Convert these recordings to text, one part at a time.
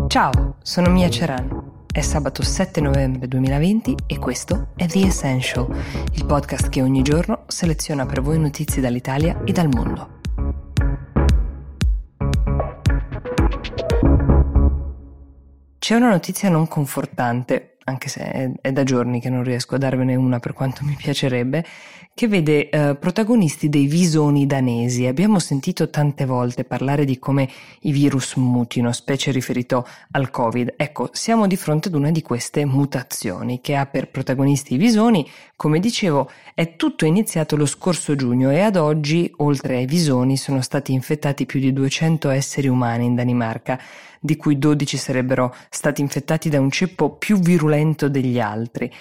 Ciao, sono Mia Ceran. È sabato 7 novembre 2020 e questo è The Essential, il podcast che ogni giorno seleziona per voi notizie dall'Italia e dal mondo. C'è una notizia non confortante, anche se è da giorni che non riesco a darvene una per quanto mi piacerebbe, che vede protagonisti dei visoni danesi. Abbiamo sentito tante volte parlare di come i virus mutino, specie riferito al Covid. Ecco, siamo di fronte ad una di queste mutazioni che ha per protagonisti i visoni. Come dicevo, è tutto iniziato lo scorso giugno e ad oggi, oltre ai visoni, sono stati infettati più di 200 esseri umani in Danimarca, di cui 12 sarebbero stati infettati da un ceppo più virulento degli altri.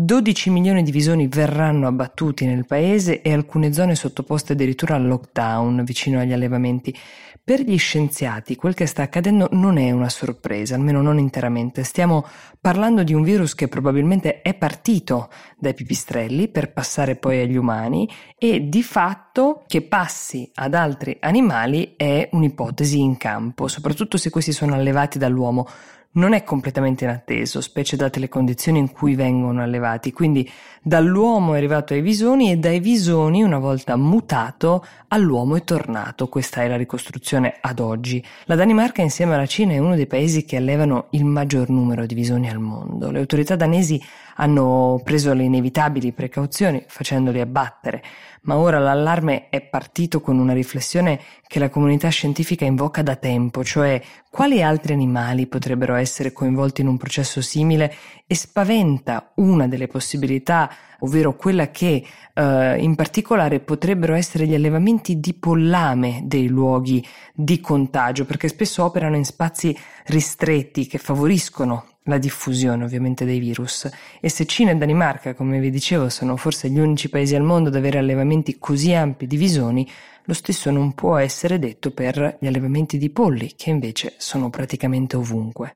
12 milioni di visoni verranno abbattuti nel paese e alcune zone sottoposte addirittura al lockdown vicino agli allevamenti. Per gli scienziati quel che sta accadendo non è una sorpresa, almeno non interamente. Stiamo parlando di un virus che probabilmente è partito dai pipistrelli per passare poi agli umani e di fatto che passi ad altri animali è un'ipotesi in campo, soprattutto se questi sono allevati dall'uomo. Non è completamente inatteso, specie date le condizioni in cui vengono allevati, quindi dall'uomo è arrivato ai visoni e dai visoni, una volta mutato, all'uomo è tornato. Questa è la ricostruzione ad oggi. La Danimarca insieme alla Cina è uno dei paesi che allevano il maggior numero di visoni al mondo. Le autorità danesi hanno preso le inevitabili precauzioni facendoli abbattere, ma ora l'allarme è partito con una riflessione che la comunità scientifica invoca da tempo, cioè quali altri animali potrebbero essere coinvolti in un processo simile, e spaventa una delle possibilità, ovvero quella che in particolare potrebbero essere gli allevamenti di pollame dei luoghi di contagio, perché spesso operano in spazi ristretti che favoriscono la diffusione ovviamente dei virus. E se Cina e Danimarca, come vi dicevo, sono forse gli unici paesi al mondo ad avere allevamenti così ampi di visoni, lo stesso non può essere detto per gli allevamenti di polli, che invece sono praticamente ovunque.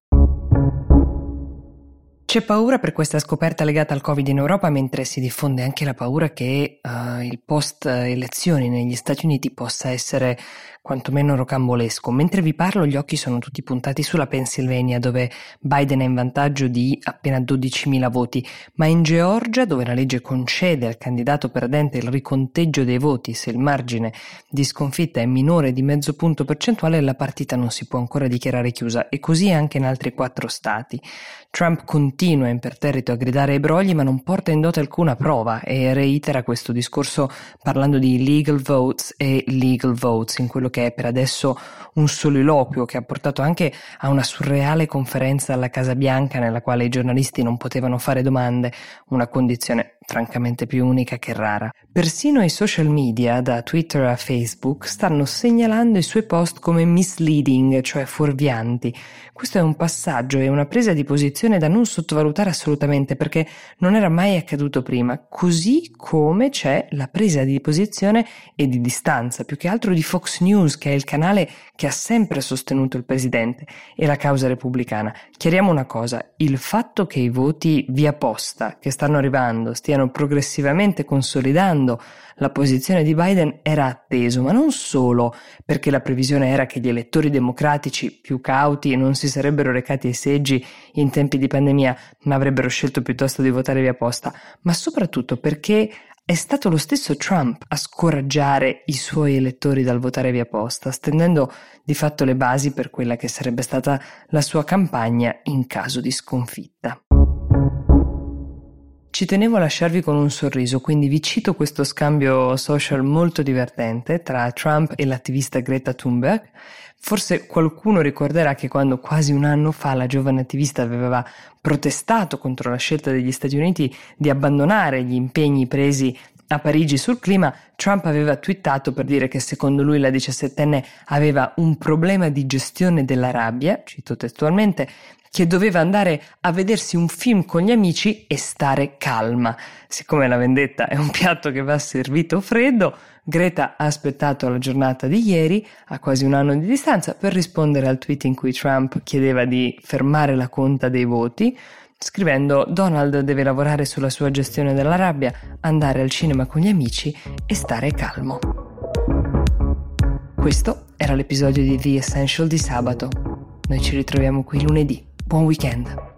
C'è paura per questa scoperta legata al Covid in Europa, mentre si diffonde anche la paura che il post-elezioni negli Stati Uniti possa essere quantomeno rocambolesco. Mentre vi parlo, gli occhi sono tutti puntati sulla Pennsylvania, dove Biden è in vantaggio di appena 12.000 voti, ma in Georgia, dove la legge concede al candidato perdente il riconteggio dei voti se il margine di sconfitta è minore di mezzo punto percentuale, la partita non si può ancora dichiarare chiusa, e così anche in altri 4 stati. Trump continua imperterrito a gridare ai brogli, ma non porta in dote alcuna prova e reitera questo discorso parlando di legal votes e legal votes in quello che è per adesso un soliloquio che ha portato anche a una surreale conferenza alla Casa Bianca nella quale i giornalisti non potevano fare domande, una condizione francamente più unica che rara. Persino i social media, da Twitter a Facebook, stanno segnalando i suoi post come misleading, cioè fuorvianti. Questo è un passaggio e una presa di posizione da non sottovalutare assolutamente, perché non era mai accaduto prima, così come c'è la presa di posizione e di distanza, più che altro di Fox News, che è il canale che ha sempre sostenuto il presidente e la causa repubblicana. Chiariamo una cosa: il fatto che i voti via posta che stanno arrivando stiano progressivamente consolidando la posizione di Biden era atteso, ma non solo perché la previsione era che gli elettori democratici più cauti non si sarebbero recati ai seggi in tempi di pandemia, ma avrebbero scelto piuttosto di votare via posta, ma soprattutto perché è stato lo stesso Trump a scoraggiare i suoi elettori dal votare via posta, stendendo di fatto le basi per quella che sarebbe stata la sua campagna in caso di sconfitta. Ci tenevo a lasciarvi con un sorriso, quindi vi cito questo scambio social molto divertente tra Trump e l'attivista Greta Thunberg. Forse qualcuno ricorderà che quando quasi un anno fa la giovane attivista aveva protestato contro la scelta degli Stati Uniti di abbandonare gli impegni presi a Parigi sul clima, Trump aveva twittato per dire che secondo lui la 17enne aveva un problema di gestione della rabbia, cito testualmente, che doveva andare a vedersi un film con gli amici e stare calma. Siccome la vendetta è un piatto che va servito freddo, Greta ha aspettato la giornata di ieri, a quasi un anno di distanza, per rispondere al tweet in cui Trump chiedeva di fermare la conta dei voti, scrivendo: Donald deve lavorare sulla sua gestione della rabbia, andare al cinema con gli amici e stare calmo. Questo era l'episodio di The Essential di sabato. Noi ci ritroviamo qui lunedì. Buon weekend!